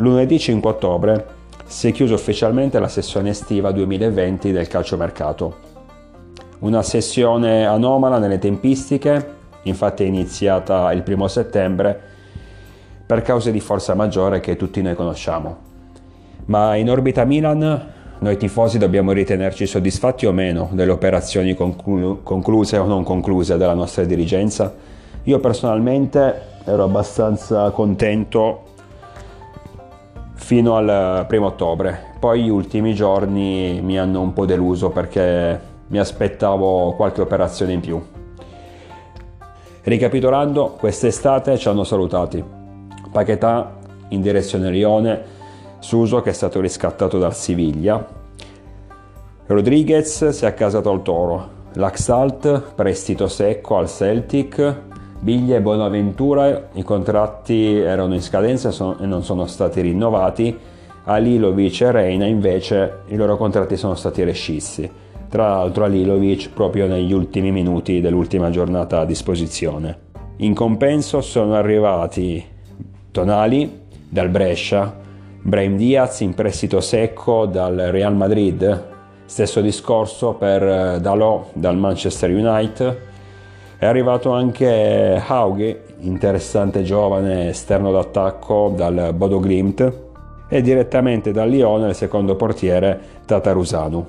Lunedì 5 ottobre si è chiusa ufficialmente la sessione estiva 2020 del calciomercato. Una sessione anomala nelle tempistiche, infatti è iniziata il 1 settembre per cause di forza maggiore che tutti noi conosciamo. Ma in orbita Milan noi tifosi dobbiamo ritenerci soddisfatti o meno delle operazioni concluse o non concluse dalla nostra dirigenza? Io personalmente ero abbastanza contento fino al 1 ottobre, poi gli ultimi giorni mi hanno un po' deluso perché mi aspettavo qualche operazione in più. Ricapitolando, quest'estate ci hanno salutati Paquetá in direzione Lione, Suso che è stato riscattato dal Siviglia, Rodriguez si è accasato al Toro, Laxalt prestito secco al Celtic, Biglia e Bonaventura i contratti erano in scadenza e non sono stati rinnovati, Alilovic e Reina invece i loro contratti sono stati rescissi, tra l'altro Alilovic proprio negli ultimi minuti dell'ultima giornata a disposizione. In compenso sono arrivati Tonali dal Brescia, Brahim Diaz in prestito secco dal Real Madrid, stesso discorso per Dalot dal Manchester United. È arrivato anche Hauge, interessante giovane esterno d'attacco dal Bodo Glimt, e direttamente dal Lione il secondo portiere Tatarusanu.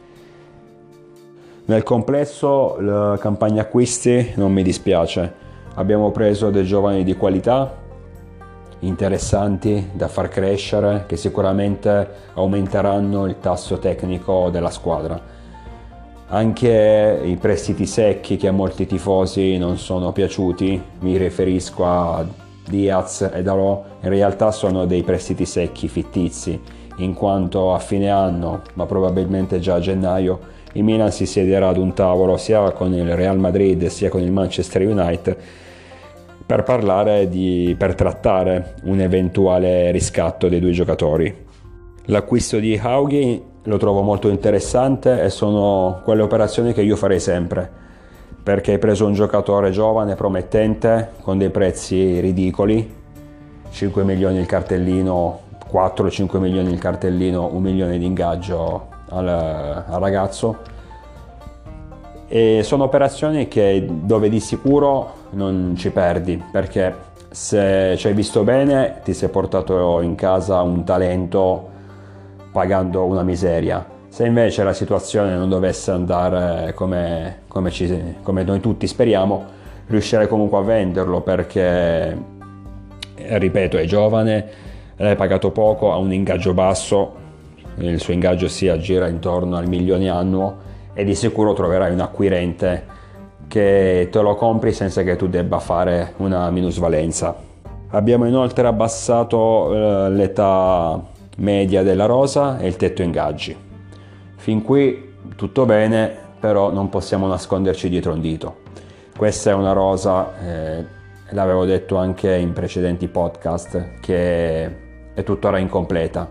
Nel complesso la campagna acquisti non mi dispiace, abbiamo preso dei giovani di qualità, interessanti da far crescere, che sicuramente aumenteranno il tasso tecnico della squadra. Anche i prestiti secchi che a molti tifosi non sono piaciuti, mi riferisco a Diaz e Dalot, in realtà sono dei prestiti secchi fittizi, in quanto a fine anno, ma probabilmente già a gennaio, il Milan si siederà ad un tavolo sia con il Real Madrid sia con il Manchester United per trattare un eventuale riscatto dei due giocatori. L'acquisto di Hauge lo trovo molto interessante e sono quelle operazioni che io farei sempre, perché hai preso un giocatore giovane, promettente, con dei prezzi ridicoli, 5 milioni il cartellino, 4-5 milioni il cartellino, 1 milione di ingaggio al ragazzo, e sono operazioni dove di sicuro non ci perdi, perché se ci hai visto bene ti sei portato in casa un talento pagando una miseria. Se invece la situazione non dovesse andare come noi tutti speriamo, riuscirei comunque a venderlo, perché ripeto è giovane, l'hai pagato poco, ha un ingaggio basso, il suo ingaggio si aggira intorno al 1 milione annuo, e di sicuro troverai un acquirente che te lo compri senza che tu debba fare una minusvalenza. Abbiamo inoltre abbassato l'età media della rosa e il tetto ingaggi. Fin qui tutto bene, però non possiamo nasconderci dietro un dito. Questa è una rosa, l'avevo detto anche in precedenti podcast, che è tuttora incompleta.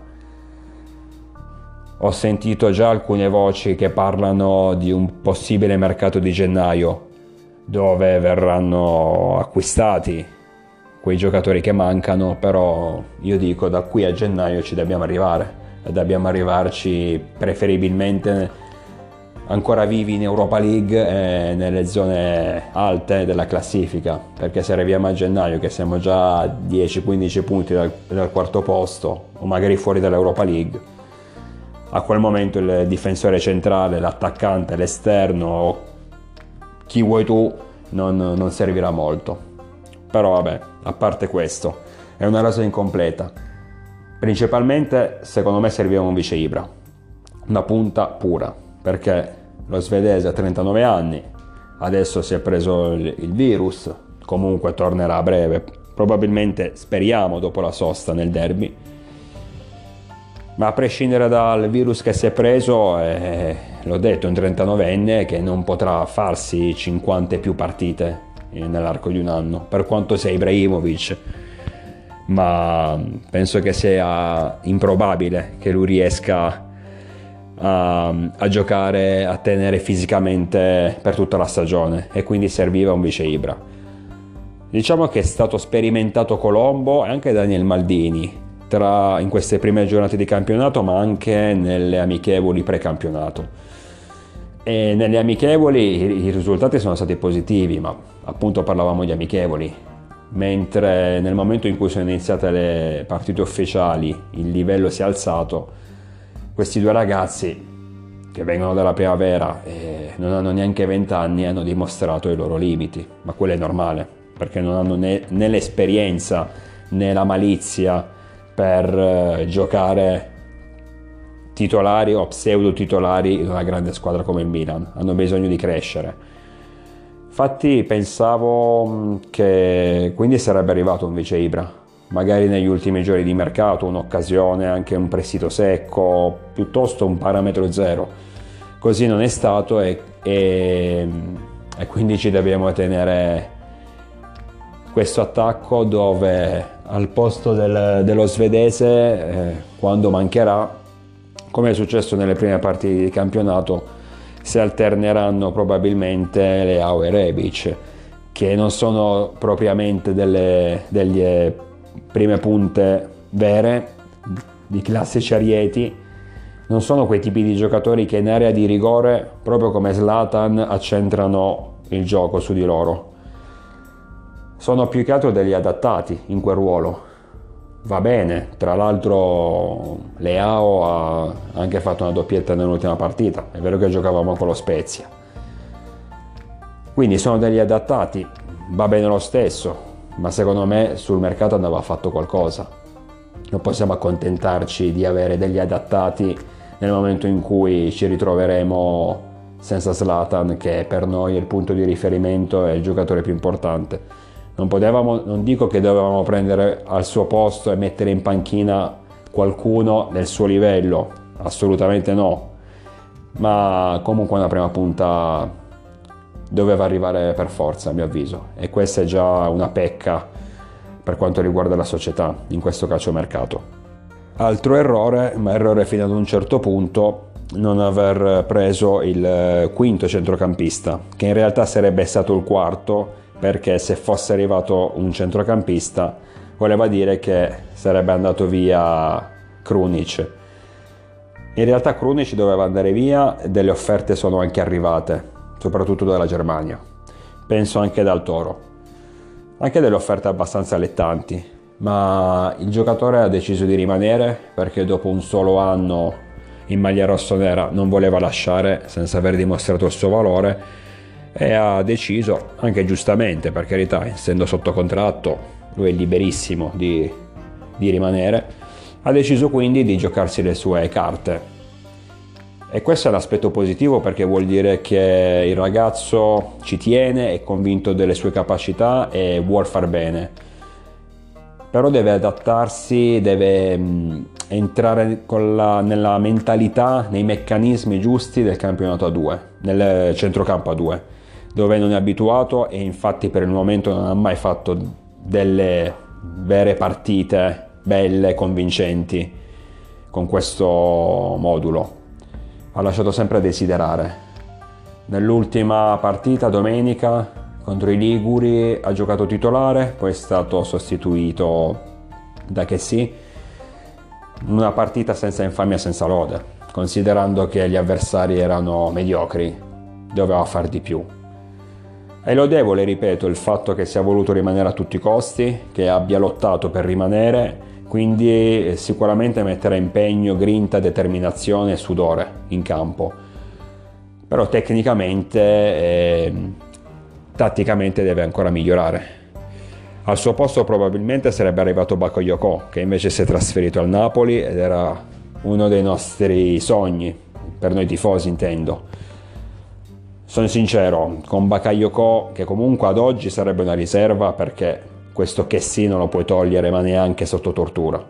Ho sentito già alcune voci che parlano di un possibile mercato di gennaio, dove verranno acquistati quei giocatori che mancano, però io dico da qui a gennaio ci dobbiamo arrivare, e dobbiamo arrivarci preferibilmente ancora vivi in Europa League e nelle zone alte della classifica, perché se arriviamo a gennaio che siamo già a 10-15 punti dal quarto posto, o magari fuori dall'Europa League, a quel momento il difensore centrale, l'attaccante, l'esterno, chi vuoi tu, non servirà molto. Però vabbè, a parte questo, è una rosa incompleta. Principalmente secondo me serviva un vice Ibra, una punta pura, perché lo svedese ha 39 anni, adesso si è preso il virus, comunque tornerà a breve, probabilmente speriamo dopo la sosta nel derby, ma a prescindere dal virus che si è preso, l'ho detto, è un 39enne che non potrà farsi 50 e più partite nell'arco di un anno, per quanto sia Ibrahimovic, ma penso che sia improbabile che lui riesca a giocare, a tenere fisicamente per tutta la stagione, e quindi serviva un vice Ibra. Diciamo che è stato sperimentato Colombo e anche Daniel Maldini, in queste prime giornate di campionato, ma anche nelle amichevoli pre-campionato. E nelle amichevoli i risultati sono stati positivi, ma appunto parlavamo di amichevoli, mentre nel momento in cui sono iniziate le partite ufficiali il livello si è alzato. Questi due ragazzi che vengono dalla primavera e non hanno neanche 20 anni hanno dimostrato i loro limiti, ma quello è normale, perché non hanno né l'esperienza né la malizia per giocare titolari o pseudo titolari in una grande squadra come il Milan. Hanno bisogno di crescere. Infatti pensavo che quindi sarebbe arrivato un vice Ibra, magari negli ultimi giorni di mercato, un'occasione, anche un prestito secco, piuttosto un parametro zero. Così non è stato e quindi ci dobbiamo tenere questo attacco dove al posto dello svedese, quando mancherà, come è successo nelle prime partite di campionato, si alterneranno probabilmente Leao e Rebic, che non sono propriamente delle prime punte vere, di classici arieti, non sono quei tipi di giocatori che in area di rigore, proprio come Zlatan, accentrano il gioco su di loro. Sono più che altro degli adattati in quel ruolo. Va bene, tra l'altro Leao ha anche fatto una doppietta nell'ultima partita, è vero che giocavamo con lo Spezia. Quindi sono degli adattati, va bene lo stesso, ma secondo me sul mercato andava fatto qualcosa. Non possiamo accontentarci di avere degli adattati nel momento in cui ci ritroveremo senza Zlatan, che per noi è il punto di riferimento e il giocatore più importante. Non dico che dovevamo prendere al suo posto e mettere in panchina qualcuno del suo livello, assolutamente no, ma comunque una prima punta doveva arrivare per forza, a mio avviso, e questa è già una pecca per quanto riguarda la società in questo calciomercato. Altro errore, ma errore fino ad un certo punto, non aver preso il quinto centrocampista, che in realtà sarebbe stato il quarto, perché se fosse arrivato un centrocampista voleva dire che sarebbe andato via Krunic. In realtà Krunic doveva andare via e delle offerte sono anche arrivate, soprattutto dalla Germania, penso anche dal Toro, anche delle offerte abbastanza allettanti, ma il giocatore ha deciso di rimanere perché dopo un solo anno in maglia rossonera non voleva lasciare senza aver dimostrato il suo valore, e ha deciso, anche giustamente per carità, essendo sotto contratto lui è liberissimo di rimanere, ha deciso quindi di giocarsi le sue carte, e questo è l'aspetto positivo perché vuol dire che il ragazzo ci tiene, è convinto delle sue capacità e vuol far bene, però deve adattarsi, deve entrare nella mentalità, nei meccanismi giusti del campionato a 2, nel centrocampo a 2, dove non è abituato, e infatti per il momento non ha mai fatto delle vere partite belle, convincenti con questo modulo. Ha lasciato sempre a desiderare. Nell'ultima partita, domenica, contro i Liguri, ha giocato titolare, poi è stato sostituito da Kessie. Una partita senza infamia, senza lode, considerando che gli avversari erano mediocri, doveva far di più. È lodevole, ripeto, il fatto che sia voluto rimanere a tutti i costi, che abbia lottato per rimanere, quindi sicuramente metterà impegno, grinta, determinazione e sudore in campo. Però tecnicamente e tatticamente deve ancora migliorare. Al suo posto probabilmente sarebbe arrivato Bakayoko, che invece si è trasferito al Napoli ed era uno dei nostri sogni, per noi tifosi intendo. Sono sincero, con Bakayoko, che comunque ad oggi sarebbe una riserva, perché questo Kessie non lo puoi togliere ma neanche sotto tortura.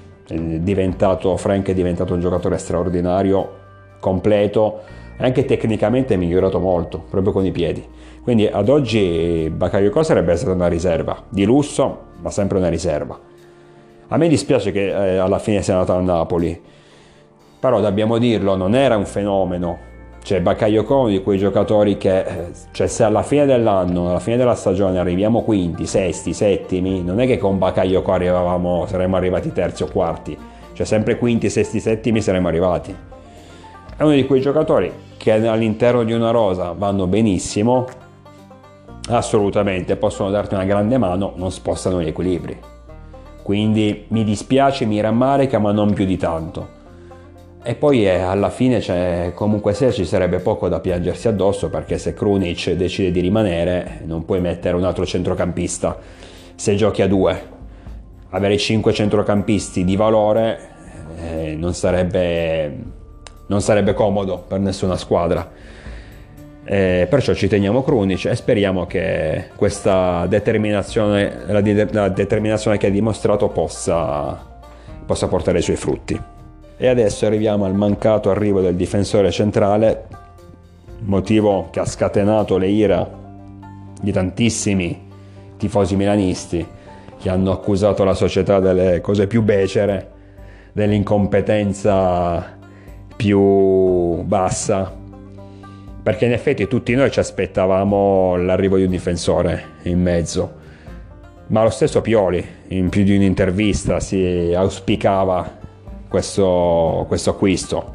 Frank è diventato un giocatore straordinario, completo, e anche tecnicamente è migliorato molto, proprio con i piedi. Quindi ad oggi Bakayoko sarebbe stata una riserva, di lusso, ma sempre una riserva. A me dispiace che alla fine sia andato al Napoli, però dobbiamo dirlo, non era un fenomeno, Cioè Bakayoko è uno di quei giocatori che, cioè se alla fine dell'anno, alla fine della stagione arriviamo quinti, sesti, settimi, non è che con Bakayoko saremmo arrivati terzi o quarti, cioè sempre quinti, sesti, settimi saremmo arrivati. È uno di quei giocatori che all'interno di una rosa vanno benissimo, assolutamente, possono darti una grande mano, non spostano gli equilibri. Quindi mi dispiace, mi rammarica, ma non più di tanto. E poi alla fine comunque sia ci sarebbe poco da piangersi addosso, perché se Krunic decide di rimanere non puoi mettere un altro centrocampista se giochi a due. Avere 5 centrocampisti di valore non sarebbe comodo per nessuna squadra. Perciò ci teniamo Krunic e speriamo che questa determinazione, la determinazione che ha dimostrato possa portare i suoi frutti. E adesso arriviamo al mancato arrivo del difensore centrale, motivo che ha scatenato le ire di tantissimi tifosi milanisti che hanno accusato la società delle cose più becere, dell'incompetenza più bassa, perché in effetti tutti noi ci aspettavamo l'arrivo di un difensore in mezzo, ma lo stesso Pioli in più di un'intervista si auspicava questo acquisto.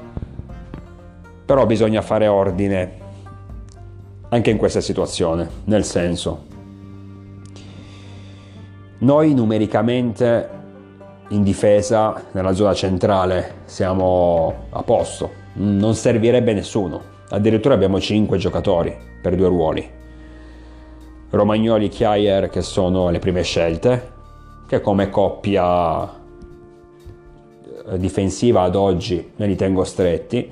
Però bisogna fare ordine anche in questa situazione, nel senso, noi numericamente in difesa nella zona centrale siamo a posto, non servirebbe nessuno, addirittura abbiamo 5 giocatori per 2 ruoli, Romagnoli, Kjaer, che sono le prime scelte, che come coppia difensiva ad oggi me li tengo stretti,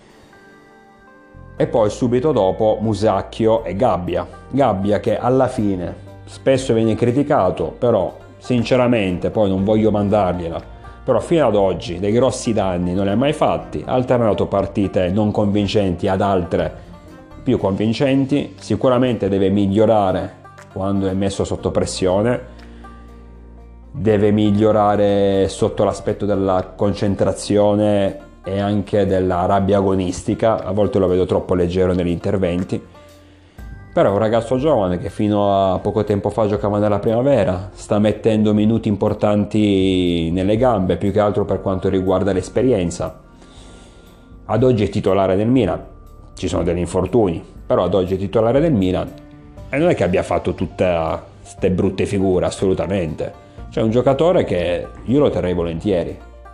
e poi subito dopo Musacchio e Gabbia che alla fine spesso viene criticato, però sinceramente poi non voglio mandargliela, però fino ad oggi dei grossi danni non li ha mai fatti, ha alternato partite non convincenti ad altre più convincenti, sicuramente deve migliorare quando è messo sotto pressione, deve migliorare sotto l'aspetto della concentrazione e anche della rabbia agonistica, a volte lo vedo troppo leggero negli interventi, però è un ragazzo giovane che fino a poco tempo fa giocava nella primavera, sta mettendo minuti importanti nelle gambe, più che altro per quanto riguarda l'esperienza. Ad oggi è titolare del Milan, ci sono degli infortuni, però ad oggi è titolare del Milan e non è che abbia fatto tutte queste brutte figure, assolutamente. C'è un giocatore che io lo terrei volentieri.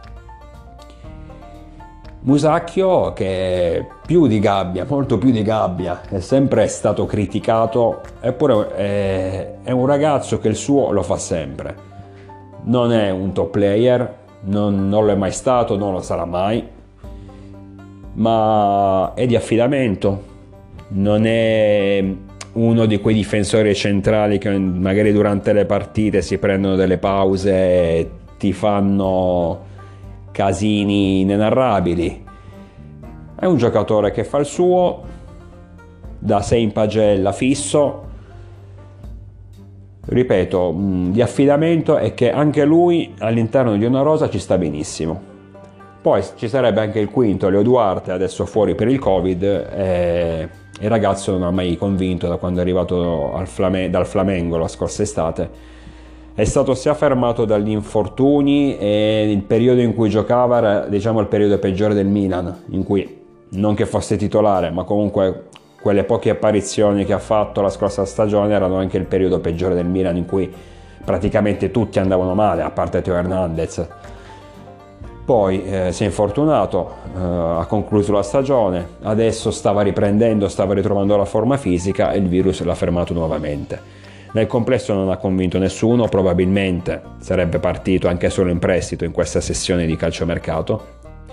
Musacchio, che più di Gabbia, molto più di Gabbia, è sempre stato criticato, eppure è un ragazzo che il suo lo fa sempre. Non è un top player, non lo è mai stato, non lo sarà mai, ma è di affidamento, non è uno di quei difensori centrali che magari durante le partite si prendono delle pause e ti fanno casini inenarrabili. È un giocatore che fa il suo, da 6 in pagella fisso, ripeto, di affidamento, e che anche lui all'interno di una rosa ci sta benissimo. Poi ci sarebbe anche il quinto, Leo Duarte, adesso fuori per il Covid, e il ragazzo non ha mai convinto da quando è arrivato dal Flamengo la scorsa estate. È stato sia fermato dagli infortuni, e il periodo in cui giocava era, diciamo, il periodo peggiore del Milan, in cui non che fosse titolare, ma comunque quelle poche apparizioni che ha fatto la scorsa stagione erano anche il periodo peggiore del Milan, in cui praticamente tutti andavano male, a parte Teo Hernandez. Poi si è infortunato, ha concluso la stagione, adesso stava riprendendo, stava ritrovando la forma fisica e il virus l'ha fermato nuovamente. Nel complesso non ha convinto nessuno, probabilmente sarebbe partito anche solo in prestito in questa sessione di calciomercato.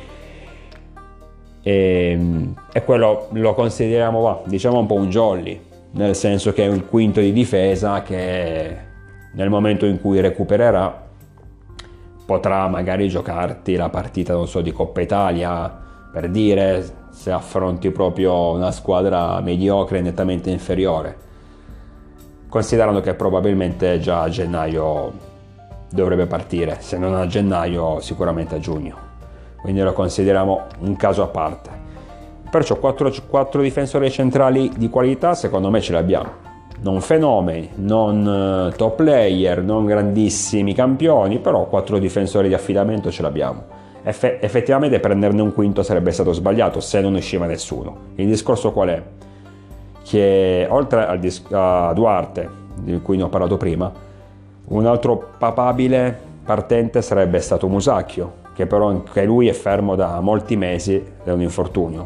E quello lo consideriamo, diciamo, un po' un jolly, nel senso che è un quinto di difesa che nel momento in cui recupererà potrà magari giocarti la partita, non so, di Coppa Italia, per dire, se affronti proprio una squadra mediocre e nettamente inferiore, considerando che probabilmente già a gennaio dovrebbe partire, se non a gennaio sicuramente a giugno, quindi lo consideriamo un caso a parte. Perciò 4 difensori centrali di qualità secondo me ce li abbiamo. Non fenomeni, non top player, non grandissimi campioni, però 4 difensori di affidamento ce l'abbiamo. Effettivamente prenderne un quinto sarebbe stato sbagliato se non usciva nessuno. Il discorso qual è? Che oltre a Duarte, di cui ne ho parlato prima, un altro papabile partente sarebbe stato Musacchio, che però anche lui è fermo da molti mesi da un infortunio.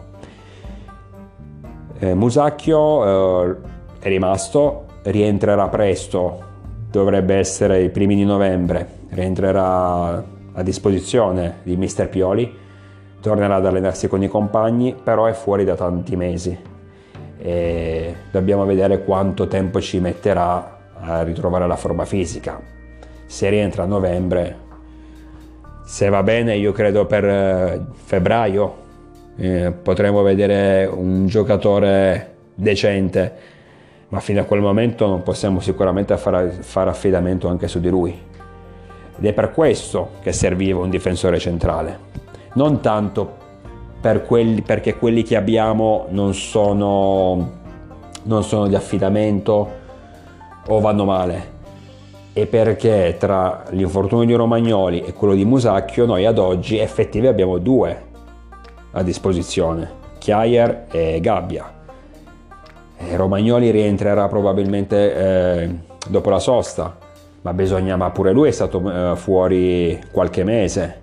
Musacchio è rimasto, rientrerà presto, dovrebbe essere i primi di novembre, rientrerà a disposizione di Mister Pioli, tornerà ad allenarsi con i compagni, però è fuori da tanti mesi e dobbiamo vedere quanto tempo ci metterà a ritrovare la forma fisica. Se rientra a novembre, se va bene, io credo per febbraio potremo vedere un giocatore decente, ma fino a quel momento non possiamo sicuramente fare affidamento anche su di lui. Ed è per questo che serviva un difensore centrale, non tanto perché quelli che abbiamo non sono di affidamento o vanno male, e perché tra l'infortunio di Romagnoli e quello di Musacchio noi ad oggi effettivi abbiamo 2 a disposizione, Chiayer e Gabbia. Romagnoli rientrerà probabilmente dopo la sosta, ma pure lui è stato fuori qualche mese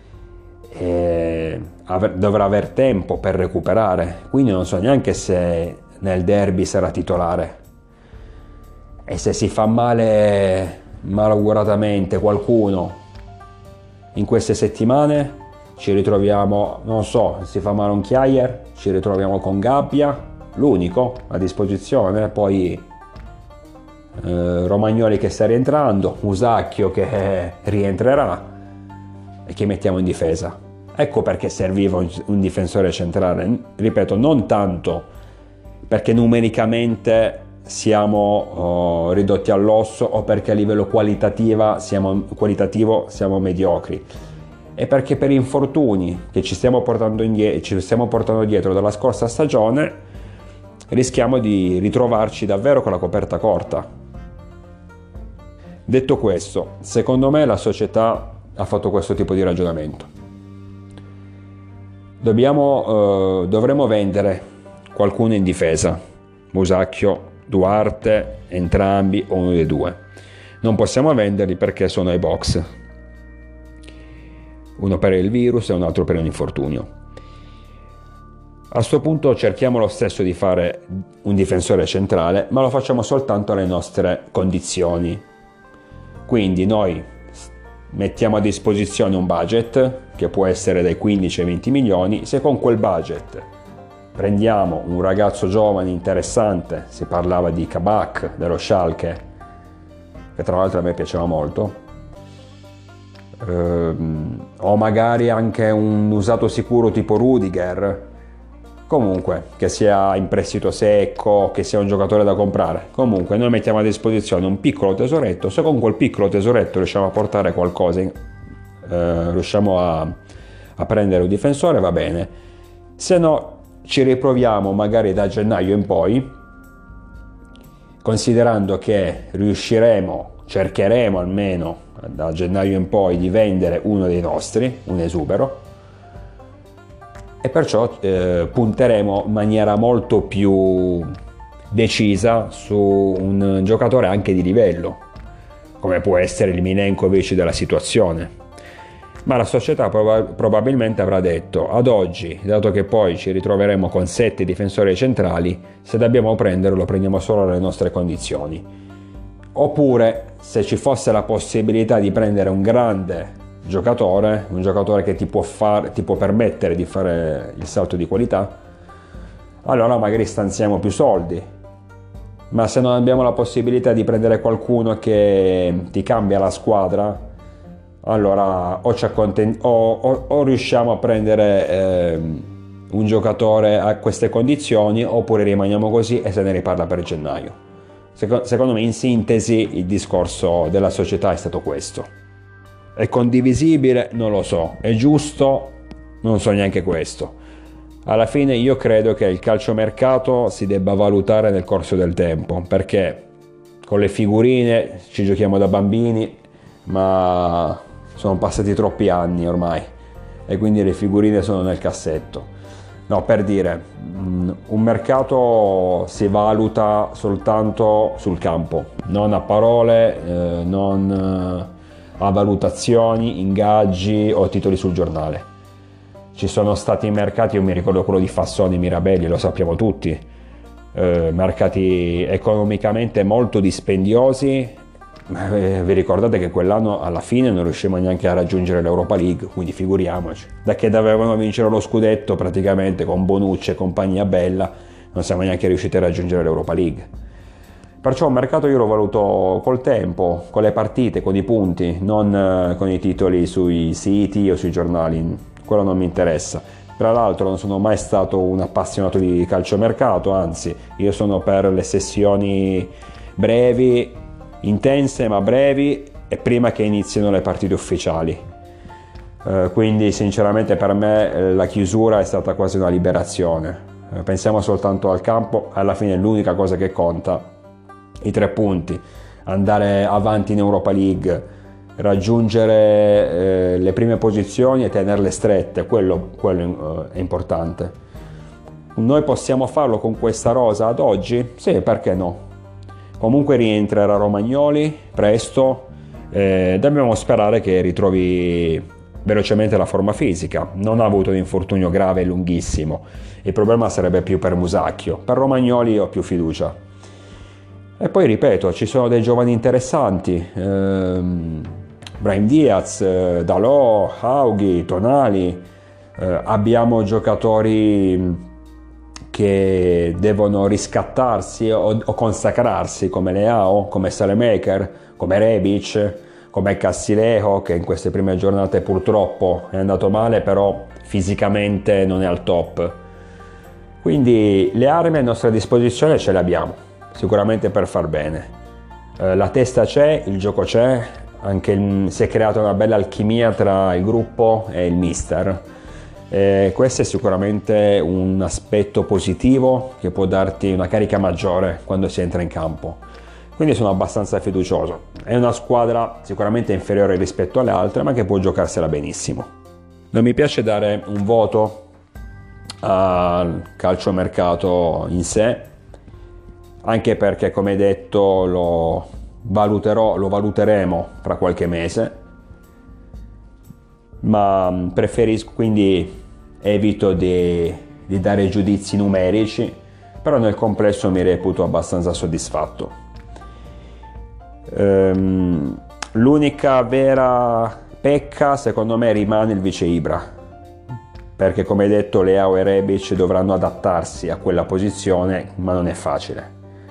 e dovrà aver tempo per recuperare, quindi non so neanche se nel derby sarà titolare. E se si fa male malauguratamente qualcuno in queste settimane, ci ritroviamo, non so, si fa male un Chiayer, ci ritroviamo con Gabbia, l'unico a disposizione, poi Romagnoli che sta rientrando, Musacchio che rientrerà e che mettiamo in difesa. Ecco perché serviva un difensore centrale, ripeto, non tanto perché numericamente siamo ridotti all'osso o perché a livello qualitativo siamo mediocri, e perché per infortuni che ci stiamo portando dietro dalla scorsa stagione rischiamo di ritrovarci davvero con la coperta corta. Detto questo, secondo me la società ha fatto questo tipo di ragionamento. Dovremo vendere qualcuno in difesa, Musacchio, Duarte, entrambi o uno dei 2. Non possiamo venderli perché sono ai box, uno per il virus e un altro per un infortunio. A questo punto cerchiamo lo stesso di fare un difensore centrale, ma lo facciamo soltanto alle nostre condizioni. Quindi noi mettiamo a disposizione un budget che può essere dai 15 ai 20 milioni. Se con quel budget prendiamo un ragazzo giovane interessante, si parlava di Kabak dello Schalke, che tra l'altro a me piaceva molto, o magari anche un usato sicuro tipo Rudiger, comunque che sia in prestito secco, che sia un giocatore da comprare, comunque noi mettiamo a disposizione un piccolo tesoretto. Se con quel piccolo tesoretto riusciamo a portare qualcosa, riusciamo a prendere un difensore, va bene. Se no ci riproviamo magari da gennaio in poi, considerando che cercheremo almeno da gennaio in poi di vendere uno dei nostri, un esubero, e perciò punteremo in maniera molto più decisa su un giocatore anche di livello, come può essere il Milenkovic della situazione. Ma la società probabilmente avrà detto: ad oggi, dato che poi ci ritroveremo con 7 difensori centrali, se dobbiamo prenderlo, lo prendiamo solo alle nostre condizioni. Oppure, se ci fosse la possibilità di prendere un grande giocatore, un giocatore che ti può permettere di fare il salto di qualità, allora magari stanziamo più soldi. Ma se non abbiamo la possibilità di prendere qualcuno che ti cambia la squadra, allora o riusciamo a prendere un giocatore a queste condizioni, oppure rimaniamo così e se ne riparla per gennaio. Secondo me, in sintesi, il discorso della società è stato questo. È condivisibile? Non lo so. È giusto? Non so neanche questo. Alla fine io credo che il calciomercato si debba valutare nel corso del tempo, perché con le figurine ci giochiamo da bambini, ma sono passati troppi anni ormai e quindi le figurine sono nel cassetto. No, per dire, un mercato si valuta soltanto sul campo, non a parole, non a valutazioni, ingaggi o titoli sul giornale. Ci sono stati mercati, io mi ricordo quello di Fassoni, Mirabelli, lo sappiamo tutti, mercati economicamente molto dispendiosi. Vi ricordate che quell'anno alla fine non riuscimmo neanche a raggiungere l'Europa League, quindi figuriamoci. Da che dovevano vincere lo scudetto praticamente con Bonucci e compagnia bella, non siamo neanche riusciti a raggiungere l'Europa League. Perciò un mercato io lo valuto col tempo, con le partite, con i punti, non con i titoli sui siti o sui giornali, quello non mi interessa. Tra l'altro non sono mai stato un appassionato di calciomercato, anzi io sono per le sessioni brevi, intense ma brevi, e prima che iniziano le partite ufficiali. Quindi sinceramente per me la chiusura è stata quasi una liberazione. Pensiamo soltanto al campo, alla fine l'unica cosa che conta, i 3 punti, andare avanti in Europa League, raggiungere le prime posizioni e tenerle strette, quello è importante. Noi possiamo farlo con questa rosa ad oggi? Sì, perché no? Comunque rientrerà Romagnoli presto, dobbiamo sperare che ritrovi velocemente la forma fisica. Non ha avuto un infortunio grave e lunghissimo, il problema sarebbe più per Musacchio. Per Romagnoli ho più fiducia. E poi ripeto, ci sono dei giovani interessanti, Brahim Diaz, Dalot, Haughi, Tonali, abbiamo giocatori che devono riscattarsi o consacrarsi, come Leao, come Salemaker, come Rebic, come Cassilejo, che in queste prime giornate purtroppo è andato male, però fisicamente non è al top. Quindi le armi a nostra disposizione ce le abbiamo, sicuramente per far bene. La testa c'è, il gioco c'è, si è creata una bella alchimia tra il gruppo e il mister. Questo è sicuramente un aspetto positivo che può darti una carica maggiore quando si entra in campo, quindi sono abbastanza fiducioso. È una squadra sicuramente inferiore rispetto alle altre, ma che può giocarsela benissimo. Non mi piace dare un voto al calciomercato in sé, anche perché, come detto, lo valuteremo fra qualche mese, ma preferisco, quindi evito di dare giudizi numerici, però nel complesso mi reputo abbastanza soddisfatto. L'unica vera pecca secondo me rimane il vice Ibra, perché come detto Leao e Rebic dovranno adattarsi a quella posizione, ma non è facile.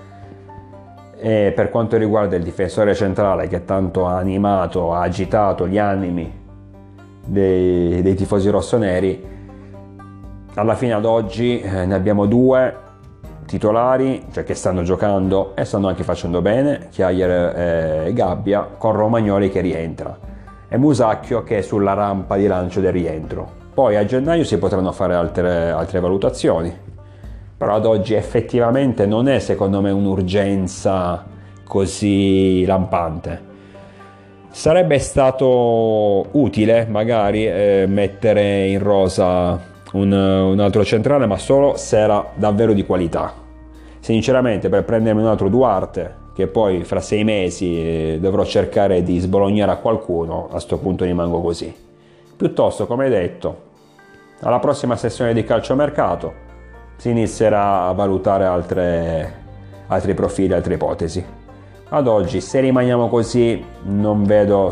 E per quanto riguarda il difensore centrale, che tanto ha animato, ha agitato gli animi dei tifosi rossoneri, alla fine ad oggi ne abbiamo 2 titolari, cioè che stanno giocando e stanno anche facendo bene, Chiayer e Gabbia, con Romagnoli che rientra e Musacchio che è sulla rampa di lancio del rientro. Poi a gennaio si potranno fare altre valutazioni, però ad oggi effettivamente non è secondo me un'urgenza così lampante. Sarebbe stato utile magari mettere in rosa un altro centrale, ma solo se era davvero di qualità. Sinceramente, per prendermi un altro Duarte, che poi fra 6 mesi dovrò cercare di sbolognare a qualcuno, a sto punto rimango così. Piuttosto, come detto, alla prossima sessione di calciomercato si inizierà a valutare altri profili, altre ipotesi. Ad oggi, se rimaniamo così, non vedo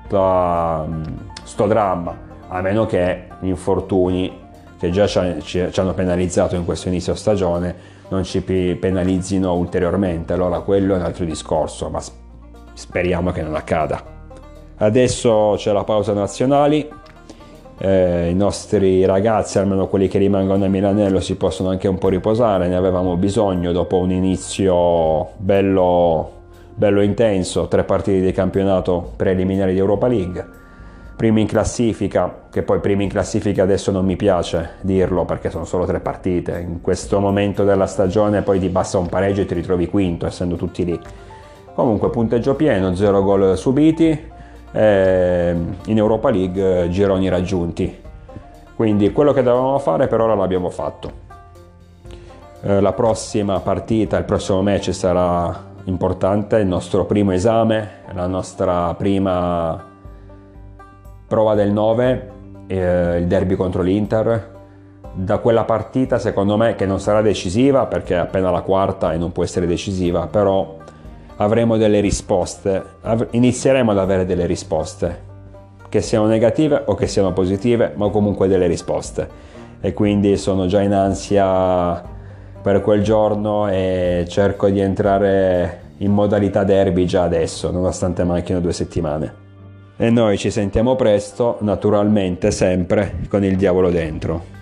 sto dramma, a meno che gli infortuni che già ci hanno penalizzato in questo inizio stagione non ci penalizzino ulteriormente. Allora quello è un altro discorso, ma speriamo che non accada. Adesso c'è la pausa nazionali, i nostri ragazzi, almeno quelli che rimangono a Milanello, si possono anche un po' riposare, ne avevamo bisogno dopo un inizio bello intenso, 3 partite di campionato preliminari di Europa League, primi in classifica, che poi primi in classifica adesso non mi piace dirlo perché sono solo 3 partite, in questo momento della stagione poi ti basta un pareggio e ti ritrovi quinto essendo tutti lì. Comunque punteggio pieno, 0 gol subiti, in Europa League gironi raggiunti, quindi quello che dovevamo fare per ora l'abbiamo fatto. La prossima partita, il prossimo match sarà importante, il nostro primo esame, la nostra prima prova del 9, il derby contro l'Inter. Da quella partita, secondo me, che non sarà decisiva perché è appena la quarta e non può essere decisiva, però avremo delle risposte, inizieremo ad avere delle risposte, che siano negative o che siano positive, ma comunque delle risposte, e quindi sono già in ansia per quel giorno e cerco di entrare in modalità derby già adesso, nonostante manchino 2 settimane. E noi ci sentiamo presto, naturalmente sempre con il diavolo dentro.